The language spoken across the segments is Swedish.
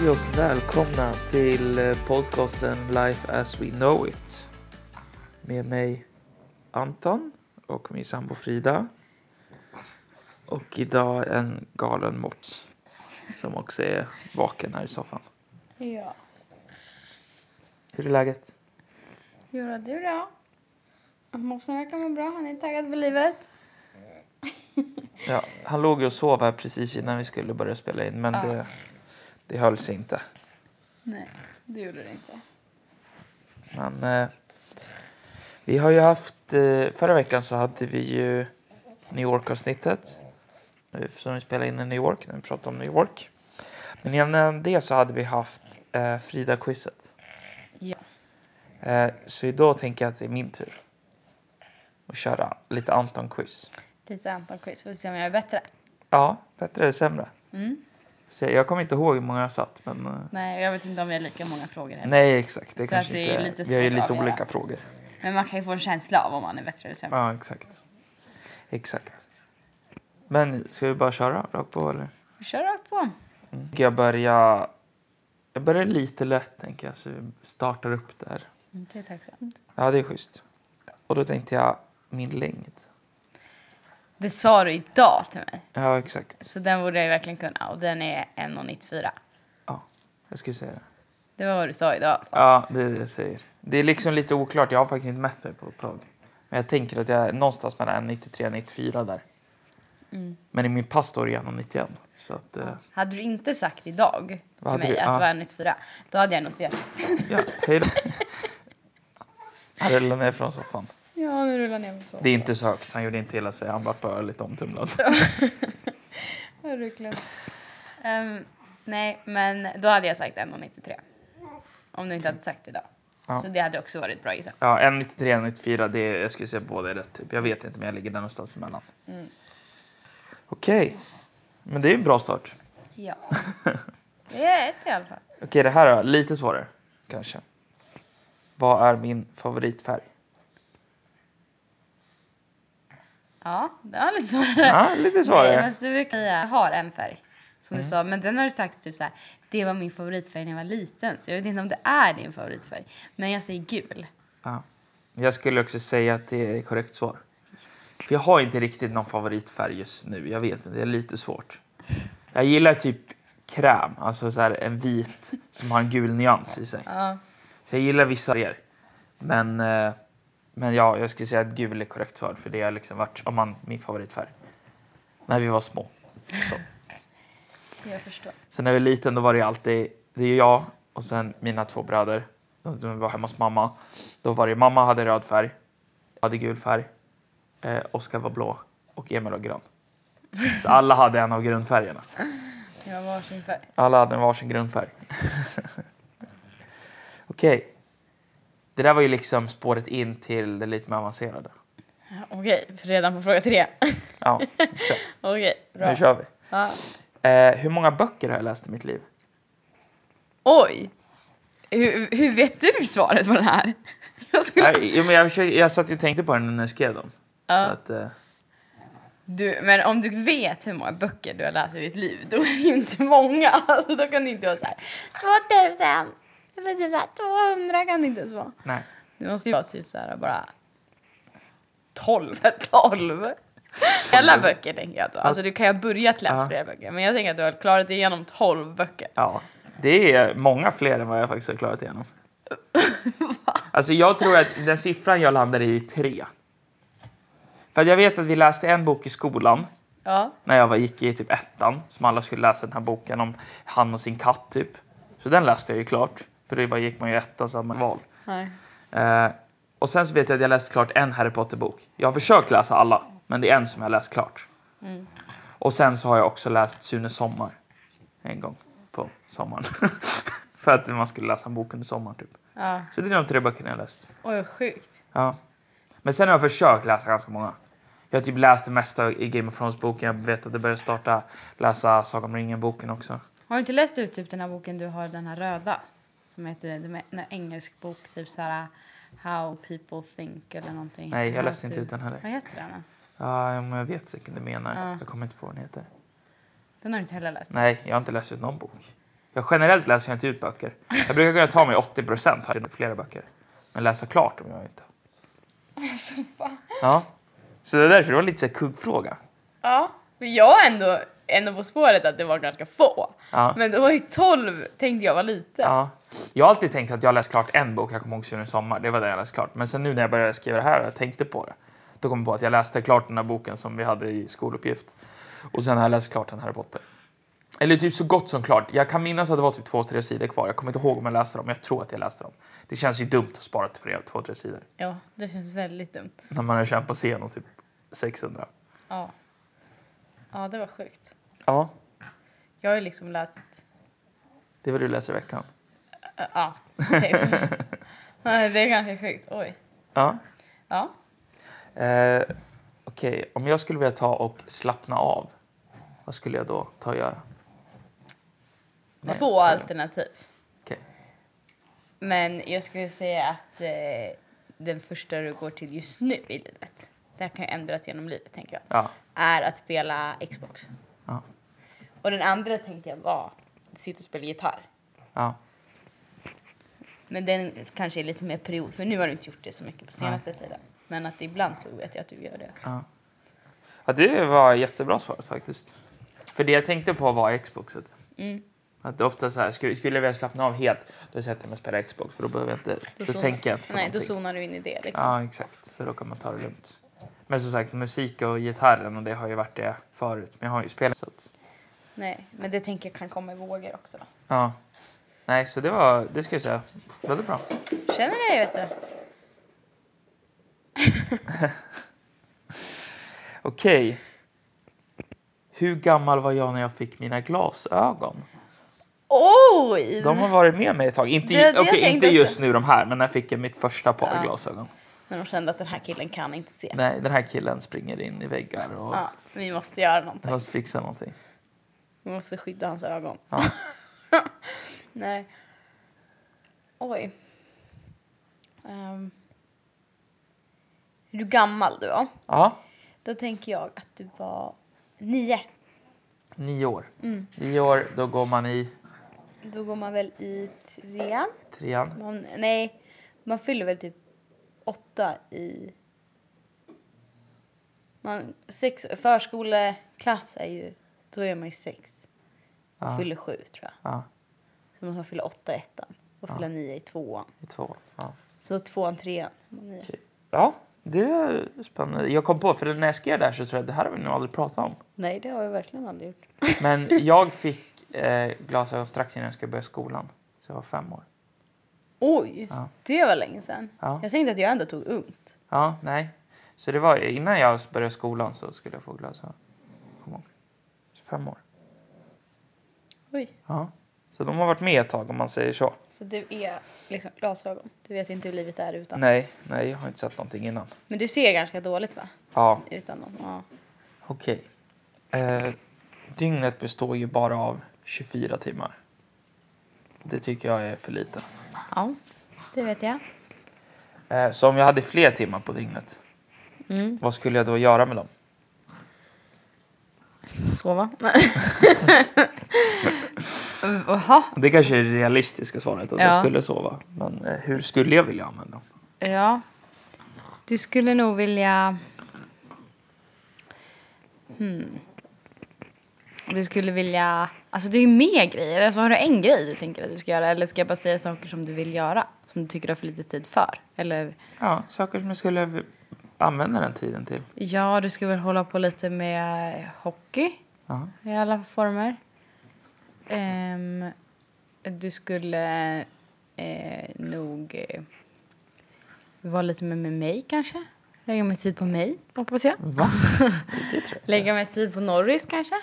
Hej och välkomna till podcasten Life as we know it. Med mig Anton och min sambo Frida. Och idag en galen Mårts som också är vaken här i soffan. Ja. Hur är läget? Jo, det är bra. Mopsen verkar må bra. Han är taggad på livet. Ja, han låg och sov här precis innan vi skulle börja spela in. Men det höll sig inte. Nej, det gjorde det inte. Men vi har ju haft... förra veckan så hade vi ju New York-avsnittet. Som vi spelade in i New York när vi pratade om New York. Men innan det så hade vi haft Frida-quizet. Ja. Så idag tänker jag att det är min tur. Att köra lite Anton-quiz. Lite Anton-quiz. Får vi se om jag är bättre. Ja, bättre eller sämre. Så jag kommer inte ihåg hur många jag satt. Men, Nej, jag vet inte om vi har lika många frågor heller. nej, exakt. Det Så kanske att det inte är lite vi har ju svårt lite att avgöra. olika frågor. Men man kan ju få en känsla av om man är bättre eller sämre. Ja, exakt. Men ska vi bara köra rakt på eller? Vi kör rakt på. Jag börjar lite lätt tänker jag. Så vi startar upp där. Det är tacksamt. Ja, det är schysst. Och då tänkte jag min längd. Det sa du idag till mig. Ja, exakt. Så den borde jag verkligen kunna. Och den är 1,94. Ja, jag skulle säga det. Det var vad du sa idag. Ja, det är det jag säger. Det är liksom lite oklart. Jag har faktiskt inte mätt mig på ett tag. Men jag tänker att jag är någonstans mellan 93 och 94 där. Men i min pass står det 1,91. Så att... Hade du inte sagt idag till hade mig du? att Ja. det var 1,94, då hade jag nog stelt. Ja, hej då. Han rullar ner från soffan. Ja, nu rullar ner så. Det är inte så högt. Han gjorde inte hela sig. Han var bara lite omtumlad. Nej, men då hade jag sagt 1,93. Om du inte hade sagt det idag. Ja. Så det hade också varit bra gissat. Ja, 1,93 och 1,94. Det är, jag skulle säga båda är rätt. Typ. Jag vet inte, men jag ligger där någonstans emellan. Okej. Men det är en bra start. Ja. Det är ett i alla fall. Okej, det här är lite svårare. Kanske. Vad är min favoritfärg? Ja, det var lite svårare. Ja, lite svårare. Nej, men du brukar säga, jag har en färg. Som du sa, men den har du sagt typ så här. Det var min favoritfärg när jag var liten. Så jag vet inte om det är din favoritfärg. Men jag säger gul. Ja. Jag skulle också säga att det är korrekt svar. För jag har inte riktigt någon favoritfärg just nu. Jag vet inte, det är lite svårt. Jag gillar typ kräm. Alltså så här en vit som har en gul nyans i sig. Ja. Så jag gillar vissa färger. Men ja, jag skulle säga att gul är korrekt svar. För det har liksom varit min favoritfärg. När vi var små. Så. Jag förstår. Sen när vi var liten då var det alltid, det är jag och sen mina två bröder. De var hemma hos mamma. Då var det mamma hade röd färg. Jag hade gul färg. Oskar var blå och Emil var grön. Så alla hade en av grundfärgerna. Jag har varsin färg. Alla hade en varsin grundfärg. Okej. Det där var ju liksom spåret in till det lite mer avancerade. Okej, redan på fråga 3. Ja, exakt. Okej, bra. Nu kör vi. Ja. Hur många böcker har jag läst i mitt liv? Oj! Hur vet du svaret på den här? Jag satt och tänkte på den när jag skrev dem. Ja. Så att, Men om du vet hur många böcker du har läst i ditt liv, då är det inte många. Alltså, då kan det inte vara så här 2000 eller typ så här 200 kan det inte ens vara. nej. Det måste ju vara typ så här bara 12. 12. Alla böcker tänker jag då. Alltså du kan ju ha börjat läsa flera böcker. Men jag tänker att du har klarat igenom 12 böcker. Ja, det är många fler än vad jag faktiskt har klarat igenom. Alltså jag tror att den siffran jag landade i är 3. För jag vet att vi läste en bok i skolan. Ja. När jag gick i typ 1:an. Som alla skulle läsa den här boken om han och sin katt typ. Så den läste jag ju klart. För det gick man ju 1:an så hade man val. Nej. Och sen så vet jag att jag läste klart en Harry Potter-bok. Jag har försökt läsa alla. Men det är en som jag läst klart. Och sen så har jag också läst Sunes sommar. En gång på sommaren. För att man skulle läsa en bok under sommaren typ. Ja. Så det är de 3 böckerna jag läst. Oj, vad sjukt. Ja. Men sen har jag försökt läsa ganska många. Jag har typ läst det mesta i Game of Thrones-boken. Jag vet att jag börjar starta läsa Sagan om ringen-boken också. Har du inte läst ut typ den här boken du har, den här röda? Som heter en engelsk bok, typ så här How People Think eller någonting. Nej, jag How läste to- inte ut den heller. Vad heter den alltså? Ja, men jag vet säkert vad du menar. Ja. Jag kommer inte på vad den heter. Den har du inte heller läst. Nej, jag har inte läst ut någon bok. Generellt läser jag inte ut böcker. Jag brukar kunna ta mig 80% här flera böcker. Men läsa klart om jag inte. Alltså, fan. Ja. Så det är därför det var lite så här kuggfråga. Ja, men jag är ändå på spåret att det var ganska få. Ja. Men det var ju 12 tänkte jag var lite. Ja. Jag har alltid tänkt att jag läst klart en bok. Jag kommer ihåg i sommar. Det var det jag läst klart. Men sen nu när jag började skriva det här och jag tänkte på det. Då kom jag på att jag läste klart den här boken som vi hade i skoluppgift. Och sen har jag läst klart den Harry Potter. Eller typ så gott som klart. Jag kan minnas att det var typ 2-3 sidor kvar. Jag kommer inte ihåg om jag läste dem. Men jag tror att jag läste dem. Det känns ju dumt att spara till 2-3 sidor. Ja, det känns väldigt dumt. När man har kämpat på scen och typ 600. Ja. Ja, det var sjukt. Ja, Jag har ju liksom läst... det var du läser i veckan. Ja, typ. Nej, det är ganska sjukt. Oj. Ja. Ja. Okej, om jag skulle vilja ta och slappna av. Vad skulle jag då ta och göra? 2 alternativ. Okej. Men jag skulle säga att den första du går till just nu i livet, det här kan ju ändras genom livet tänker jag, Ja. är att spela Xbox. Ja. Och den andra tänkte jag var att sitta och spela gitarr. Ja. Men den kanske är lite mer period, för nu har du inte gjort det så mycket på senaste tiden. Men att ibland så vet jag att du gör det. Ja. Ja, det var jättebra svaret faktiskt. För det jag tänkte på var Xboxet. Att det ofta så här, skulle jag vilja slappna av helt, då sätter jag mig och spelar Xbox. För då behöver jag inte, då tänker jag inte på nej, någonting. då zonar du in i det liksom. Ja, exakt. Så då kan man ta det lugnt. Men som sagt, musik och gitarren, och det har ju varit det förut. Men jag har ju spelat så att... Nej, men det tänker jag kan komma i vågor också då. Ja. Nej, så det ska jag säga. Väldigt bra. Känner det, vet du. Okej. Hur gammal var jag när jag fick mina glasögon? Oj! De har varit med mig ett tag. Inte, Det okej, tänkte inte jag just också. nu de här, men när jag fick mitt första par glasögon. Men de kände att den här killen kan inte se. Nej, den här killen springer in i väggar och Ja, vi måste göra någonting. måste fixa någonting. Vi måste skydda hans ögon. Ja. Nej. Oj. Är du gammal du va? Ja, Då tänker jag att du var 9. 9 år. 9 år, då går man i Då går man väl i 3:an? 3:an. Nej, man fyller väl typ 8 i... Förskoleklass är ju... Då är man ju 6. Man fyller 7 tror jag. Ja, Så man fyller 8 i 1:an. Och fyller 9 i 2:an. i 2. Ja. Så 2:an, 3:an. Okej. Ja, det är spännande. Jag kom på, för när jag skrev där så tror jag att det här har vi nog aldrig pratat om. Nej, det har jag verkligen aldrig gjort. Men jag fick glasögon strax innan jag skulle börja skolan. Så jag var 5 år. Oj, Ja. det var länge sedan. Ja. Jag tänkte att jag ändå tog ungt. Ja, nej. Så det var innan jag började skolan så skulle jag få glasögon. Kom ihåg. 5 år. Oj. Ja. Så de har varit med ett tag om man säger så. Så du är liksom glasögon. Du vet inte hur livet är utan. Nej, jag har inte sett någonting innan. Men du ser ganska dåligt va? Ja, Utan dem. Ja. okej. Dygnet består ju bara av 24 timmar. Det tycker jag är för lite. Ja, det vet jag. Så om jag hade fler timmar på dygnet, vad skulle jag då göra med dem? Sova? Jaha. Det kanske är det realistiska svaret, att Ja. jag skulle sova. Men hur skulle jag vilja använda dem? Ja. Du skulle nog vilja... Du skulle vilja... Alltså det är ju mer grejer. Alltså har du en grej du tänker att du ska göra? Eller ska jag bara säga saker som du vill göra? Som du tycker du har för lite tid för? Eller... Ja, saker som jag skulle använda den tiden till. Ja, du skulle väl hålla på lite med hockey. Ja. I alla former. Du skulle nog vara lite med mig kanske. Lägga mig tid på mig, hoppas jag. Va? Det tror jag. Lägga mig tid på Norris kanske.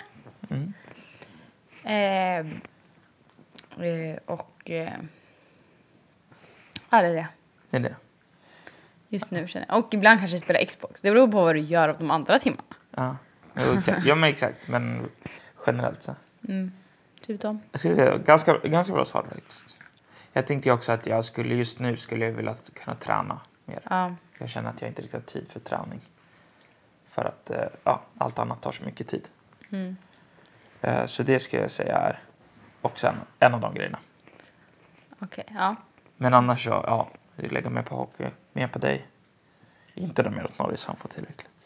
Ja, det är det. Det är det. Just nu känner jag. Och ibland kanske spela Xbox. Det beror på vad du gör av de andra timmarna. Ja, ja men exakt. Men generellt så. Typ Tom. Jag skulle säga, ganska bra svar faktiskt. Jag tänkte ju också att just nu skulle jag vilja kunna träna mer. Ja. Jag känner att jag inte riktigt har tid för träning. För att allt annat tar så mycket tid. Så det ska jag säga är Och sen en av de grejerna. Okej, ja. Men annars så, ja, vi lägger med på hockey. Mer på dig. Inte de mer åt Norris, han får tillräckligt.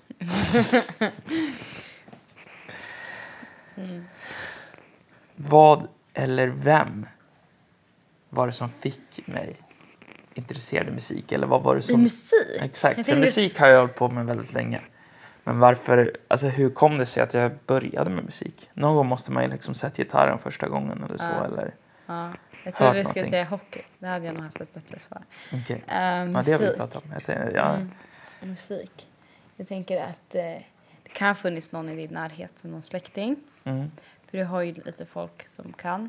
Vad eller vem var det som fick mig intresserad i musik? Eller vad var det som... I musik? Exakt, för musik har jag hållit på med väldigt länge. Men varför, alltså hur kom det sig att jag började med musik? Någon gång måste man ju liksom sett gitarren första gången eller så, eller... Ja, jag trodde du skulle säga hockey. Det hade jag nog haft ett bättre svar. Okej. Ja, det har vi pratat om. Musik. Jag tänker att det kan ha funnits någon i din närhet som någon släkting. För du har ju lite folk som kan.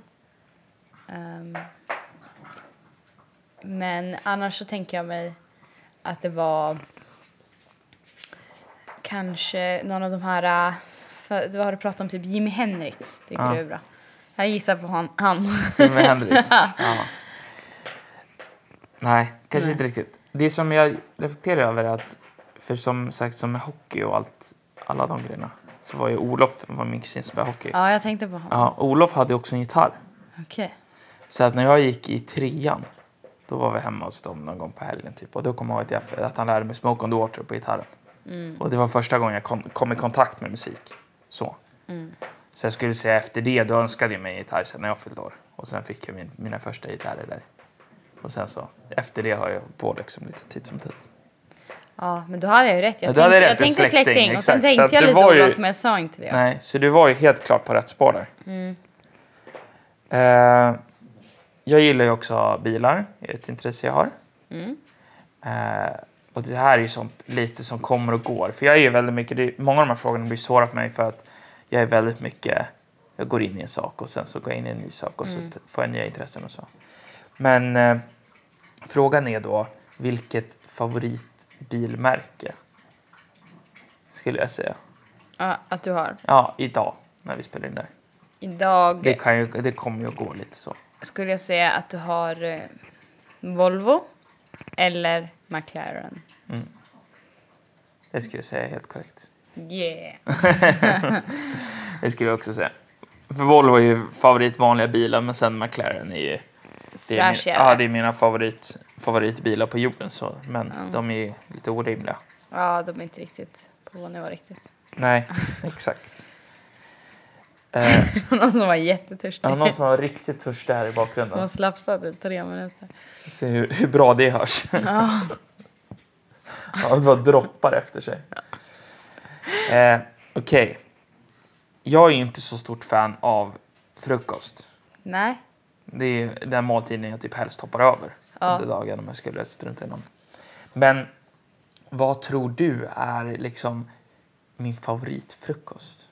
Men annars så tänker jag mig att det var kanske någon av de här... För du har pratat om typ Jimi Hendrix, tycker du är bra. Jag gissar på han. Jimi Hendrix. Ja. Nej, kanske inte riktigt. Det som jag reflekterar över är att, för som sagt, som med hockey och alla de grejerna, så var ju Olof, var min kusin som spelade hockey. Ja, jag tänkte på honom. Ja, Olof hade också en gitarr. Okej. Så att när jag gick i 3:an, då var vi hemma hos dem någon gång på helgen typ. Och då kom jag ihåg att han lärde mig Smoke on the Water på gitarren. Och det var första gången jag kom i kontakt med musik. Så jag skulle säga efter det, då önskade jag mig en gitarr sen när jag fyllde år. Och sen fick jag mina första gitarrer där. Och sen så, efter det har jag på liksom lite tid som tid. Ja, men då hade jag ju rätt. Jag tänkte släkting. Och sen tänkte jag lite Olof, men jag sa inte det. Nej, så du var ju helt klart på rätt spår där. Jag gillar ju också bilar. Det är ett intresse jag har. Och det här är ju sånt lite som kommer och går. För jag är ju väldigt mycket... många av de här frågorna blir svåra för mig för att jag är väldigt mycket... Jag går in i en sak och sen så går jag in i en ny sak och så får jag nya intressen och så. Men frågan är då, vilket favoritbilmärke skulle jag säga? Ja, att du har. Ja, idag när vi spelar in där. Idag Det kommer ju att gå lite så. skulle jag säga att du har Volvo eller McLaren. Det skulle jag säga helt korrekt. Yeah. Det skulle jag också säga. För Volvo är ju favoritvanliga bilar, men sen McLaren är ju... Det är mina favoritbilar på jorden. Så, men de är lite orimliga. Ja, de är inte riktigt på vår nivå riktigt. Nej, exakt. Någon som var jättetörstig. Ja, någon som var riktigt törstig här i bakgrunden. Som var slapsad i 3 minuter. Se hur bra det hörs. Ja. Ja, det var droppar efter sig. Okej. Jag är ju inte så stort fan av frukost. Nej. Det är den måltiden jag typ helst hoppar över under dagen om jag skulle strunta i någon. Men vad tror du är liksom min favoritfrukost?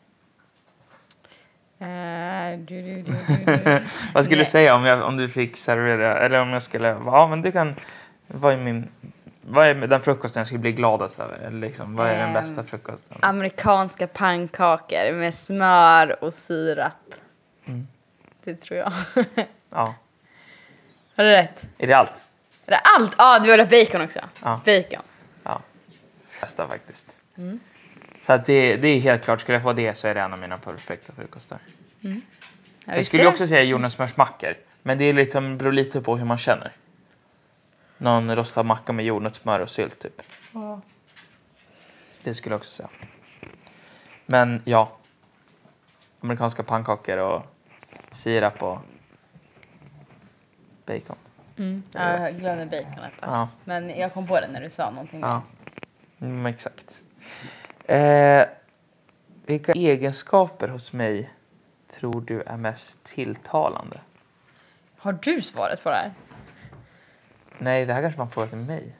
Vad skulle du säga om du fick servera, eller om jag skulle... Ja, men du kan... Vad är den frukosten jag skulle bli gladast över? Eller liksom, vad är den bästa frukosten? Amerikanska pannkakor med smör och sirap. Det tror jag. Ja. Har du rätt? Är det allt? Är det allt? Ja, du har bacon också. Ja. Bacon. Ja. Bästa faktiskt. Så att det är helt klart, skulle jag få det så är det en av mina perfekta frukostar. Jag skulle också säga jordnötssmörsmackor. Men det är liksom, beror lite på hur man känner. Någon rostad macka med jordnötssmör och sylt typ. Ja. Det skulle jag också säga. Men ja. Amerikanska pannkakor och sirap och bacon. Ja, jag glömde baconet. Ja. Men jag kom på det när du sa någonting. Ja, exakt. Vilka egenskaper hos mig tror du är mest tilltalande? Har du svaret på det här? Nej, det här kanske var en fråga till mig.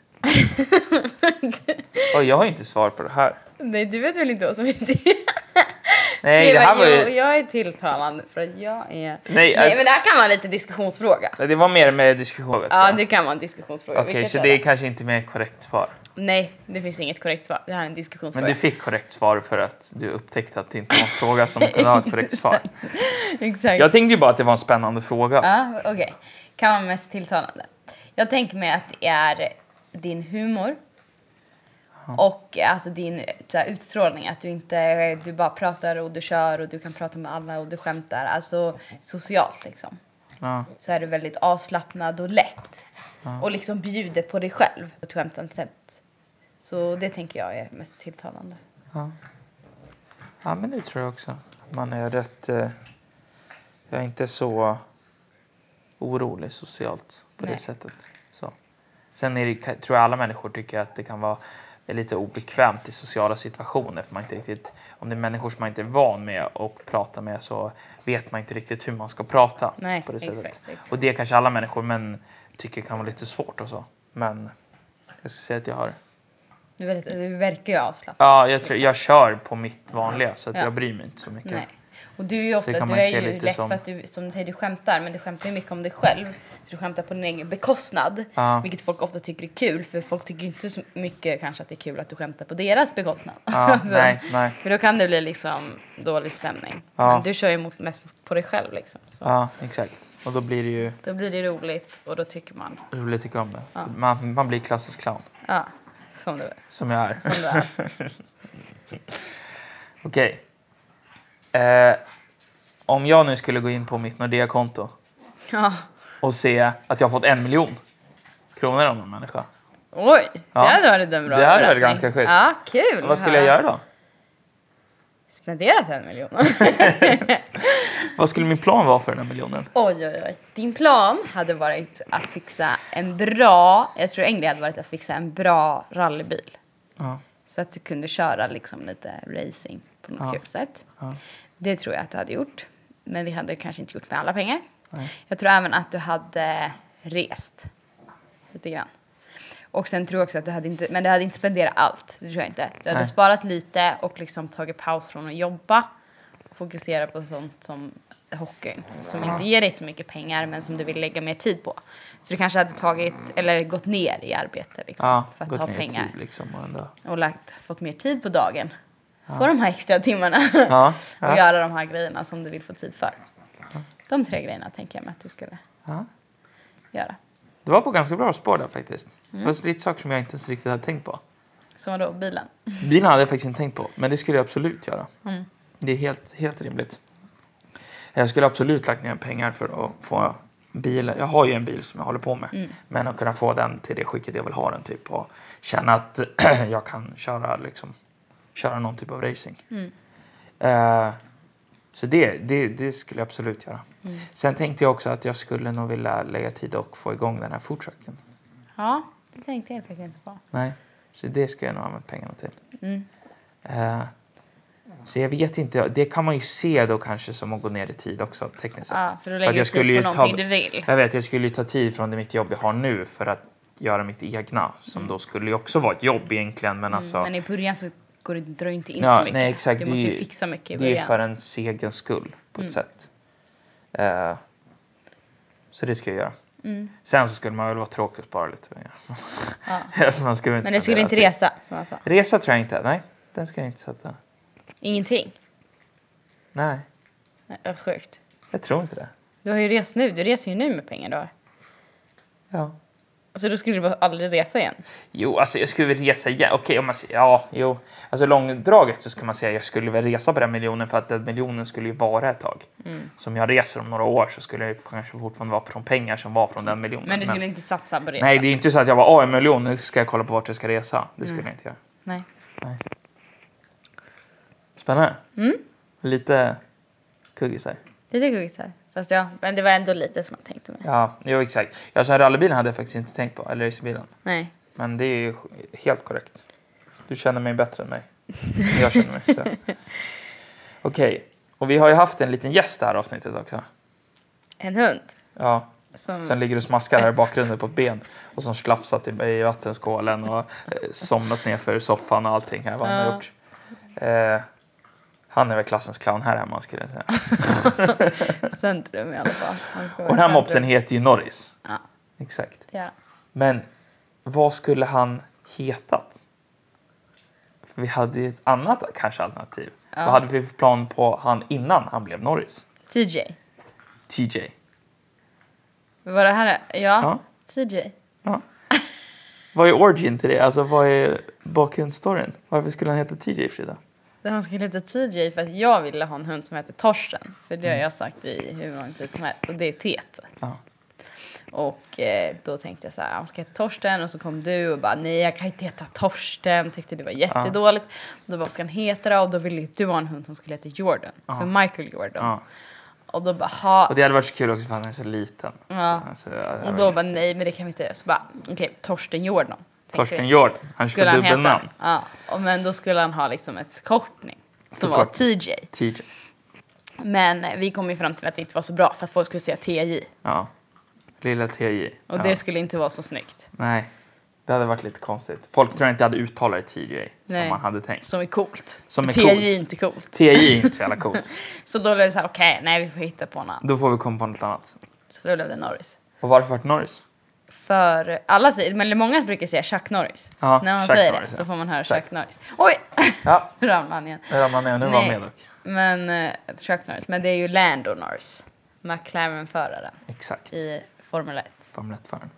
Jag har inte svar på det här. Nej, du vet väl inte vad som är det? Nej, det här var ju... Jag är tilltalande för att jag är... Nej, alltså... men det här kan vara lite diskussionsfråga. Det var mer med diskussion. Ja, det kan vara en diskussionsfråga. Okej, så det är kanske inte mer korrekt svar. Nej, det finns inget korrekt svar. Det här är en diskussionsfråga. Men du fick korrekt svar för att du upptäckte att det inte var en fråga som kunde ha ett korrekt svar. Exakt. Jag tänkte ju bara att det var en spännande fråga. Ja, okej. Kan vara mest tilltalande. Jag tänker mig att det är din humor. Och alltså din så här, utstrålning, att du bara pratar och du kör och du kan prata med alla och du skämtar. Alltså socialt liksom. Ja. Så är du väldigt avslappnad och lätt. Och liksom bjuder på dig själv på ett skämtsamt sätt. Så det tänker jag är mest tilltalande. Ja, men det tror jag också. Man är rätt... jag är inte så orolig socialt på det sättet. Så. Sen tror jag alla människor tycker att det kan vara lite obekvämt i sociala situationer. För man inte riktigt, om det är människor som man inte är van med att prata med så vet man inte riktigt hur man ska prata på det sättet. Exakt. Och det kanske alla människor men tycker kan vara lite svårt och så. Men jag ska säga att jag har... Du verkar ju avslappnad. Ja, jag kör på mitt vanliga så att jag bryr mig inte så mycket. Nej. Och du är ju ofta, du är ju lätt för att du, som du säger, du skämtar. Men du skämtar ju mycket om dig själv. Så du skämtar på din egen bekostnad. Vilket folk ofta tycker är kul. För folk tycker inte så mycket kanske att det är kul att du skämtar på deras bekostnad. Nej. För då kan det bli liksom dålig stämning. Men du kör ju mest på dig själv liksom. Så. Ja, exakt. Och då blir det ju... Då blir det roligt och då tycker man... Roligt tycker om det. Man blir klassisk clown. Ja, som du är. Som jag är. Som du är. Okej. Om jag nu skulle gå in på mitt Nordea-konto och se att jag har fått 1 miljon kronor av någon människa. Oj, det hade varit en bra Det hade varit ganska schysst. Ja, kul. Vad skulle jag göra då? Spendera 1 miljon. Vad skulle min plan vara för den här miljonen? Oj. Din plan hade varit att fixa en bra... Jag tror en grej hade varit att fixa en bra rallybil. Så att du kunde köra liksom lite racing på något kul sätt. Det tror jag att du hade gjort. Men det hade kanske inte gjort med alla pengar. Nej. Jag tror även att du hade rest lite grann. Och sen tror jag också att du hade inte spenderat allt. Det tror jag inte. Du hade sparat lite och liksom tagit paus från att jobba. Fokusera på sånt som hockeyn. Som inte ger dig så mycket pengar men som du vill lägga mer tid på. Så du kanske hade gått ner i arbete liksom, för att ha pengar. Tid, liksom, och fått mer tid på dagen. Få de här extra timmarna. Och göra de här grejerna som du vill få tid för. De 3 grejerna tänker jag mig att du skulle göra. Det var på ganska bra spår där faktiskt. Det var lite saker som jag inte ens riktigt hade tänkt på. Som då bilen? Bilen hade jag faktiskt inte tänkt på. Men det skulle jag absolut göra. Det är helt rimligt. Jag skulle absolut lagt ner pengar för att få bil. Jag har ju en bil som jag håller på med. Men att kunna få den till det skicket jag vill ha den typ. Och känna att jag kan köra någon typ av racing. Så det skulle jag absolut göra. Sen tänkte jag också att jag skulle nog vilja lägga tid och få igång den här foodtrucken. Ja, det tänkte jag faktiskt inte på. Nej, så det ska jag nog använda pengarna till. Så jag vet inte, det kan man ju se då kanske som att gå ner i tid också tekniskt sett. Ja, för då lägger du tid på någonting du vill. Jag vet, jag skulle ju ta tid från det mitt jobb jag har nu för att göra mitt egna. Som då skulle ju också vara ett jobb egentligen. Men, alltså, men i början så drar du inte in så mycket. Nej, exakt. Du måste ju fixa mycket i början. Det är för en egen skull på ett sätt. Så det ska jag göra. Sen så skulle man väl vara tråkig och spara lite pengar. Men du skulle inte resa, som jag sa? Resa tror jag inte. Nej, den ska jag inte sätta. Ingenting? Nej. Vad sjukt. Jag tror inte det. Du har ju rest nu. Du reser ju nu med pengar du har. Ja. Alltså då skulle du bara aldrig resa igen? Jo, alltså jag skulle väl resa igen. Okej, om man säger, Alltså långdraget så ska man säga att jag skulle väl resa på den miljonen för att den miljonen skulle ju vara ett tag. Som jag reser om några år så skulle det kanske fortfarande vara från pengar som var från den miljonen. Men du skulle inte satsa på resa? Nej, det är inte så att jag var 1 miljon, nu ska jag kolla på vart jag ska resa. Det skulle jag inte göra. Nej. Spännande. Lite kuggisar. Lite kuggisar. Fast men det var ändå lite som jag tänkte mig. Ja, jo, exakt. Jag sa rallybilen hade jag faktiskt inte tänkt på. Eller racerbilen. Nej. Men det är ju helt korrekt. Du känner mig bättre än mig. Jag känner mig så. Okej. Och vi har ju haft en liten gäst här avsnittet också. En hund? Ja. Sen ligger du smaskar här i bakgrunden på ett ben. Och som slafsat i vattenskålen. Och somnat ner för soffan och allting här. Vad han har gjort. Han är väl klassens clown här hemma skulle jag säga. Centrum i alla fall. Och den här mopsen heter ju Norris. Ja. Exakt. Ja. Men vad skulle han hetat? För vi hade ju ett annat kanske alternativ. Ja. Vad hade vi för plan på han innan han blev Norris? TJ. TJ. Var det här? Ja. TJ. Ja. Vad är origin till det? Alltså vad är bakgrundsstoryn? Varför skulle han heta TJ, Frida? Han skulle heta TJ för att jag ville ha en hund som heter Torsten. För det har jag sagt i hur lång tid som helst. Och det är Tete. Ja. Och då tänkte jag så här, han ska heta Torsten. Och så kom du och bara, nej jag kan inte heta Torsten. Tyckte det var jättedåligt. Och då bara, vad ska han heta då? Och då ville du ha en hund som skulle heta Jordan. För Michael Jordan. Ja. Och då bara, Och det hade varit så kul också för han är så liten. Ja. Alltså, och då bara, nej men det kan vi inte göra. Så bara, okej, Torsten Jordan. Torsten Jordan. Han skulle få dubbelnamn. Ja, men då skulle han ha liksom ett förkortning. Som var TJ. TJ. Men vi kom ju fram till att det inte var så bra. För att folk skulle säga TJ. Ja. Lilla TJ. Och det skulle inte vara så snyggt. Nej. Det hade varit lite konstigt. Folk tror inte hade uttalat TJ som man hade tänkt. Som är coolt. Som är TJ coolt. är inte coolt. TJ är inte så jävla coolt. Så då blev det så här, okej, nej vi får hitta på något annat. Då får vi komma på något annat. Så då blev det Norris. Och varför vart Norris? För alla säger, men många brukar säga Chuck Norris. Ja, när man Chuck säger Norris, det så ja. får man höra Chuck Norris. Oj! Ja. Ramlade han igen. Nu var med dock. Men Chuck Norris. Men det är ju Lando Norris. McLaren-föraren. Exakt. I Formel 1. Formel 1-föraren.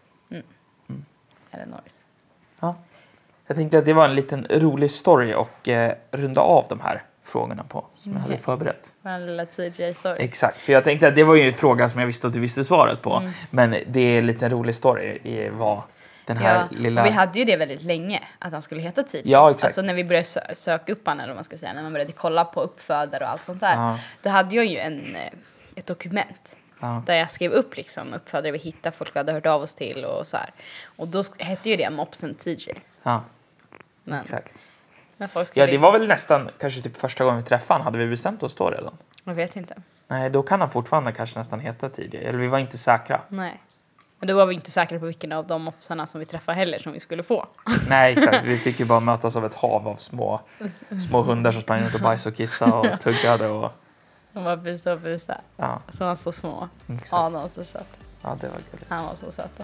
Eller Norris. Ja. Jag tänkte att det var en liten rolig story och runda av de här frågorna på som jag hade förberett. Vår lilla TJ-story. Exakt, för jag tänkte att det var ju en fråga som jag visste att du visste svaret på. Men det är en liten rolig story i vad den här lilla... och vi hade ju det väldigt länge, att han skulle heta TJ. Ja, exakt. Alltså när vi började söka upp han, eller vad man ska säga, när man började kolla på uppfödare och allt sånt där. Då hade jag ju ett dokument. Där jag skrev upp liksom uppfödare vi hittade, folk vi hade hört av oss till och så här. Och då hette ju det Mopsen TJ. Ja, Men, exakt. men folk skulle Ja, det var väl nästan kanske typ första gången vi träffade han. Hade vi bestämt oss då redan? Jag vet inte. Nej, då kan han fortfarande kanske nästan heta TJ. Eller vi var inte säkra. Nej. Men då var vi inte säkra på vilken av de mopsarna som vi träffade heller som vi skulle få. Nej, exakt. Vi fick ju bara mötas av ett hav av små hundar som sprang ut och bajsade och kissade och tuggade. Och... De var busa och busa. Ja. Som var så små. Exakt. Ja, de var så söta. Ja, det var gulligt. Han var så söt.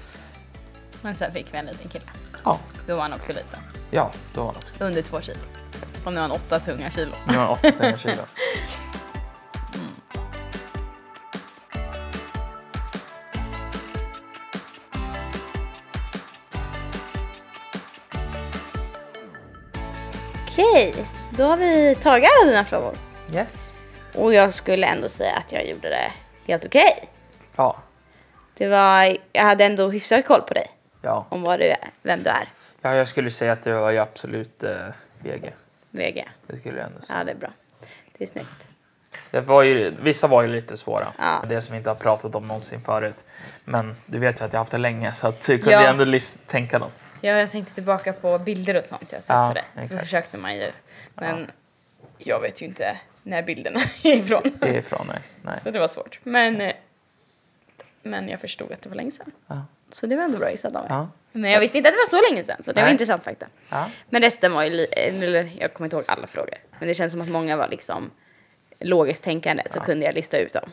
Men sen fick vi en liten kille. Ja. Då var han också liten. Ja, då var han också. Under 2 kilo. Och nu har han 8 tunga kilo. Nu har han 8 kilo. Okej, då har vi tagit alla dina frågor. Yes. Och jag skulle ändå säga att jag gjorde det helt okej. Ja. Jag hade ändå hyfsat koll på dig. Ja. Om vad du är, vem du är. Ja, jag skulle säga att det var ju absolut VG. VG. Det skulle jag ändå säga. Ja, det är bra. Det är snyggt. Vissa var ju lite svåra. Ja. Det som vi inte har pratat om någonsin förut. Men du vet ju att jag har haft det länge så att du kunde ändå tänka något. Ja, jag tänkte tillbaka på bilder och sånt jag sett på det. Exakt. Då försökte man ju. Men jag vet ju inte när bilderna är ifrån. Det är ifrån, nej. Så det var svårt. Men jag förstod att det var länge sedan. Ja. Så det var ändå bra gissat av mig. Ja. Men jag visste inte att det var så länge sedan. Så det var intressant fakta. Ja. Men resten var ju, eller jag kommer inte ihåg alla frågor. Men det känns som att många var liksom logiskt tänkande. Så kunde jag lista ut dem.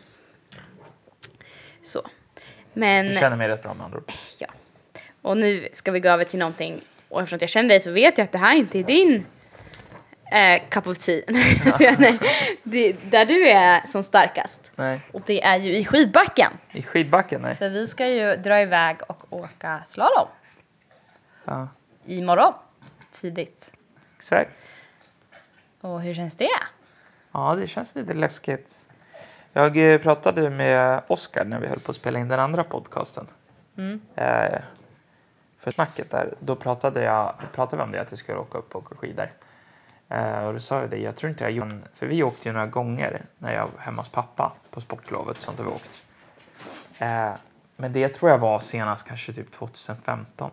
Så. Men, Du känner mig rätt bra med andra ord. ja. Och nu ska vi gå över till någonting. Och eftersom jag känner dig så vet jag att det här inte är din cup of tea. Nej, där du är som starkast. Nej. Och det är ju i skidbacken. I skidbacken, nej. För vi ska ju dra iväg och åka slalom. Ja. Imorgon. Tidigt. Exakt. Och hur känns det? Ja, det känns lite läskigt. Jag pratade med Oskar när vi höll på att spela in den andra podcasten. För snacket där, då pratade vi om det att jag skulle åka upp och åka skidor. Och då sa jag det, jag tror inte jag gjorde, för vi åkte ju några gånger när jag var hemma hos pappa på sportlovet, sånt har vi åkt. Men det tror jag var senast kanske typ 2015.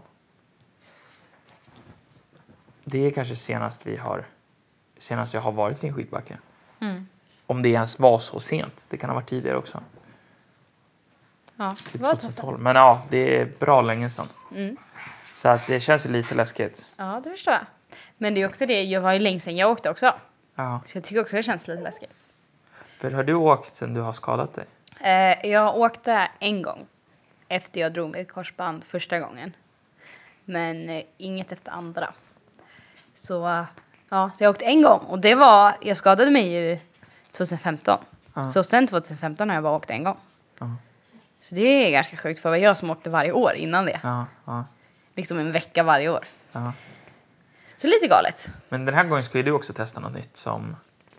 Det är kanske senast jag har varit i en skidbacke. Om det ens var så sent. Det kan ha varit tidigare också. Ja, Typ 2012. Men ja, det är bra länge sedan. Så att det känns lite läskigt. Ja, det förstår jag. Men det är också det, jag var ju länge sedan jag åkte också. Ja. Så jag tycker också det känns lite läskigt. För har du åkt sen du har skadat dig? Jag åkte en gång. Efter jag drog mig ett korsband första gången. Men inget efter andra. Så jag åkte en gång. Och jag skadade mig ju 2015. Så sen 2015 har jag bara åkt en gång. Så det är ganska sjukt för att vara jag som åkte varje år innan det. Ja. liksom en vecka varje år. Ja. Så lite galet. Men den här gången ska ju du också testa något nytt som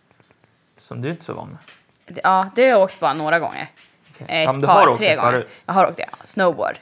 du är inte så van med. Ja, det har jag åkt bara några gånger. Okay. Ja, men du har åkt 3 gånger. Förut. Jag har åkt det, ja. Snowboard.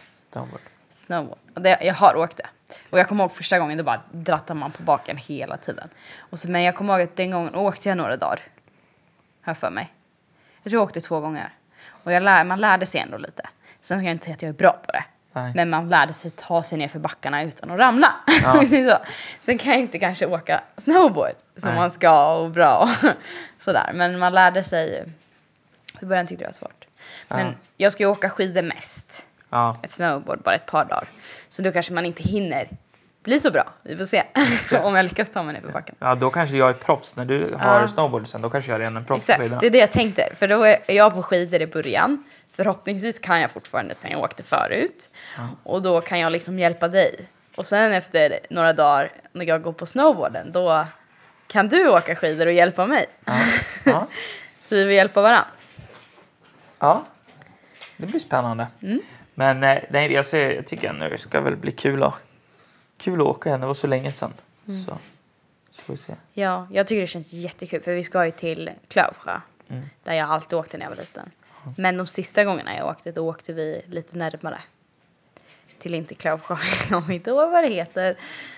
Jag har åkt det. Och jag kommer ihåg första gången, då bara drattar man på baken hela tiden. Men jag kommer ihåg att den gången åkte jag några dagar. Hör för mig. Jag tror jag åkte 2 gånger. Och man lärde sig ändå lite. Sen ska jag inte säga att jag är bra på det. Nej. Men man lärde sig ta sig ner för backarna utan att ramla. Ja. Så. Sen kan jag inte kanske åka snowboard som man ska och bra. Sådär. Men man lärde sig. I början tyckte jag det var svårt. Men jag ska ju åka skidor mest. Ja. Ett snowboard bara ett par dagar. Så då kanske man inte hinner bli så bra. Vi får se om jag lyckas ta mig ner för backen. Ja, då kanske jag är proffs. När du har snowboard sen, då kanske jag är redan en proffs på skidorna. Det är det jag tänkte. För då är jag på skidor i början. Förhoppningsvis kan jag fortfarande sen jag åkte förut. Och då kan jag liksom hjälpa dig. Och sen efter några dagar när jag går på snowboarden, då kan du åka skidor och hjälpa mig. Ja. Så vi vill hjälpa varandra. Ja, det blir spännande. Men nej, jag tycker ändå det ska väl bli kul att åka igen. Det var så länge sedan. Så får vi se. Ja, jag tycker det känns jättekul. För vi ska ju till Klövsjö. Där jag alltid åkte när jag var liten. Men de sista gångerna jag åkte, då åkte vi lite närmare. Till inte Klövsjö, om inte ihåg vad det heter.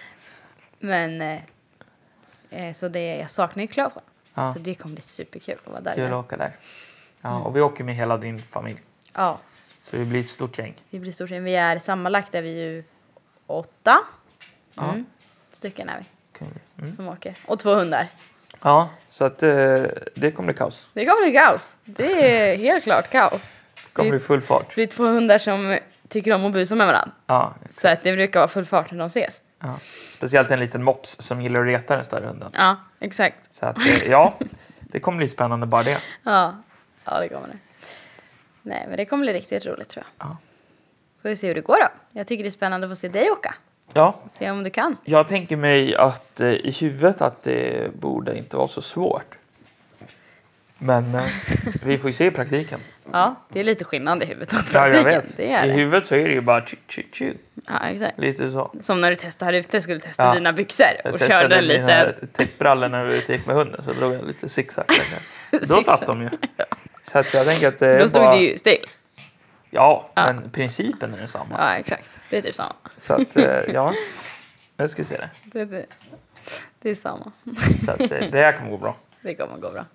Men så jag saknar ju Klövsjö. Så det kommer bli superkul att vara där. Kul att åka där. Ja, och vi åker med hela din familj. Ja. Så det blir ett stort gäng. Vi är sammanlagt är vi ju 8 stycken är vi som åker. Och 2 hundar. Ja, så att det kommer bli kaos. Det kommer bli kaos. Det är helt klart kaos. Det kommer bli full fart. Det är 2 hundar som tycker om att busa med varandra. Ja, så att det brukar vara full fart när de ses. Ja. Speciellt en liten mops som gillar att reta den större hunden. Ja, exakt. Så att det kommer bli spännande bara det. Ja, det kommer det. Nej, men det kommer bli riktigt roligt tror jag. Ja. Får vi se hur det går då. Jag tycker det är spännande att få se dig åka. Ja. Se om du kan. Jag tänker mig att i huvudet att det borde inte vara så svårt. Men vi får ju se i praktiken. Ja, det är lite skillnad i huvudet och Ja, praktiken. jag vet. Det är I det. huvudet så är det ju bara tju. Ja, exakt. Lite så. Som när du testade här ute skulle testa dina byxor och körde lite. Jag testade täckbrallor när vi gick med hunden så drog jag lite zigzag. Då satt de ju. Så att jag tänker att då stod det ju still. Ja, men principen är densamma. Ja, exakt. Det är typ samma. Så att, jag ska se det. Det är samma. Så att det här kommer gå bra. Det kommer gå bra.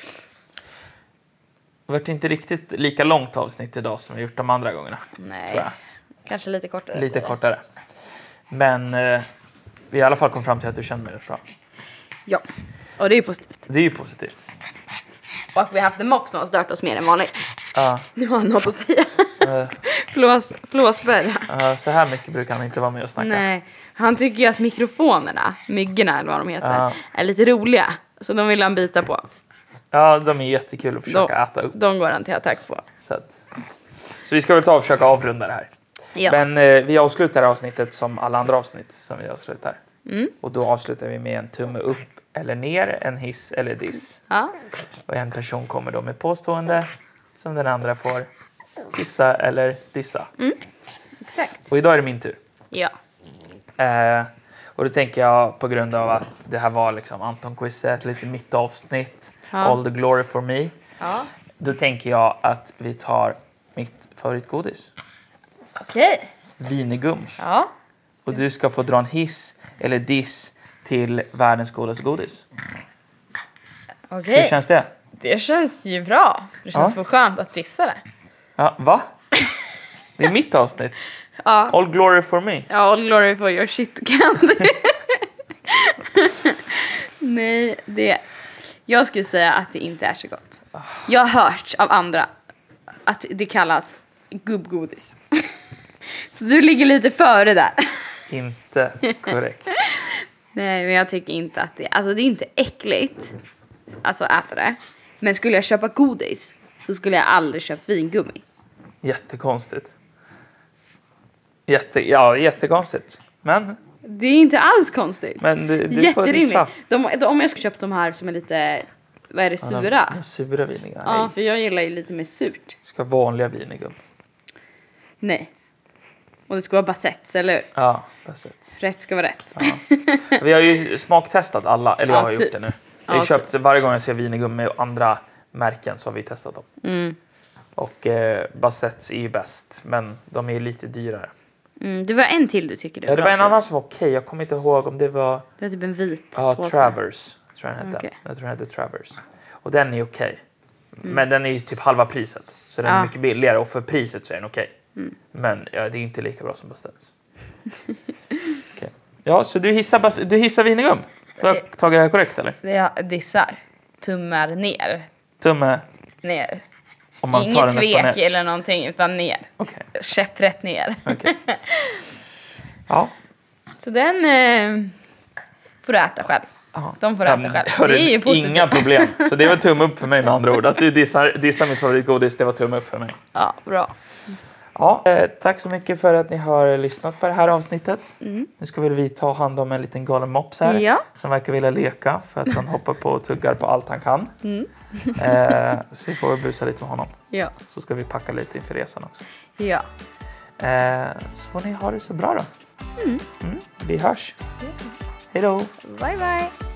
Det har varit inte riktigt lika långt avsnitt idag som vi gjort de andra gångerna. Nej, kanske lite kortare. Lite kortare. Men vi i alla fall kom fram till att du känner mig rätt bra. Ja, och det är ju positivt. Det är ju positivt. Och vi har haft en mock som har stört oss mer än vanligt. Ja. Du har något att säga. Flåsberg. Så här mycket brukar han inte vara med och snacka. Nej, han tycker ju att mikrofonerna, myggorna eller vad de heter, är lite roliga. Så de vill han bita på. Ja, de är jättekul att försöka äta upp. De går han till attack på. Så vi ska väl ta och försöka avrunda det här. Ja. Men vi avslutar avsnittet som alla andra avsnitt som vi avslutar. Och då avslutar vi med en tumme upp eller ner, en hiss eller diss. Ja. Och en person kommer då med påstående som den andra får hissa eller dissa. Exakt. Och idag är det min tur. Ja. Och då tänker jag på grund av att det här var liksom Anton-quizet, lite mitt avsnitt. All the glory for me. Ja. Då tänker jag att vi tar mitt favoritgodis. Okej. Vinegum. Ja. Och du ska få dra en hiss eller diss till världens godaste godis. Okej. Hur känns det? Det känns ju bra. Det känns så skönt att dissa det. Ja, va? Det är mitt avsnitt. Ja. All glory for me. Ja, all glory for your shit candy. Nej, jag skulle säga att det inte är så gott. Jag har hört av andra att det kallas gubbgodis. Så du ligger lite före där. Inte korrekt. Nej, men jag tycker inte att det... Alltså det är inte äckligt. Alltså äta det. Men skulle jag köpa godis så skulle jag aldrig köpt vingummi. Jättekonstigt. Jättekonstigt. Men Det är inte alls konstigt. du får jätterimligt. dissa. Om jag ska köpa de här som är lite... Vad är det? Sura? De sura viningar. Ja, Nej. för jag gillar ju lite mer surt. Ska vanliga vinegum. Nej. Och det ska vara Bassettes, eller hur? Ja, Bassettes. Rätt ska vara rätt. Ja. Vi har ju smaktestat alla, eller jag har typ. gjort det nu. Jag har köpt varje gång jag ser vinegummi och andra märken så har vi testat dem. Och Bassettes är ju bäst, men de är ju lite dyrare. Det var en till du tycker det var det var en annan som var okej. Jag kommer inte ihåg om det var... Det var typ en vit påse. Travers, tror jag den hette. Jag tror den hette Travers. Och den är okej. Men den är ju typ halva priset. Så den är mycket billigare och för priset så är den okej. Men det är inte lika bra som Bassettes. Okay. Ja, så du hissar vinegum? Du har tagit det här korrekt, eller? Jag dissar. Tummar ner. Tumme ner. Om man Inget tvek eller någonting, utan ner. Okay. Käpprätt ner. Okay. Ja. Så den får du äta själv. De får äta själv. Det är ju positivt. Inga problem. Så det var tumme upp för mig med andra ord. Att du dissar mitt favoritgodis, det var tumme upp för mig. Ja, bra. Ja, tack så mycket för att ni har lyssnat på det här avsnittet. Nu ska vi ta hand om en liten galen mops här. Ja. Som verkar vilja leka för att han hoppar på och tuggar på allt han kan. Så vi får busa lite med honom. Ja. Så ska vi packa lite inför resan också. Ja. Så får ni ha det så bra då. Vi hörs. Hej då. Bye bye.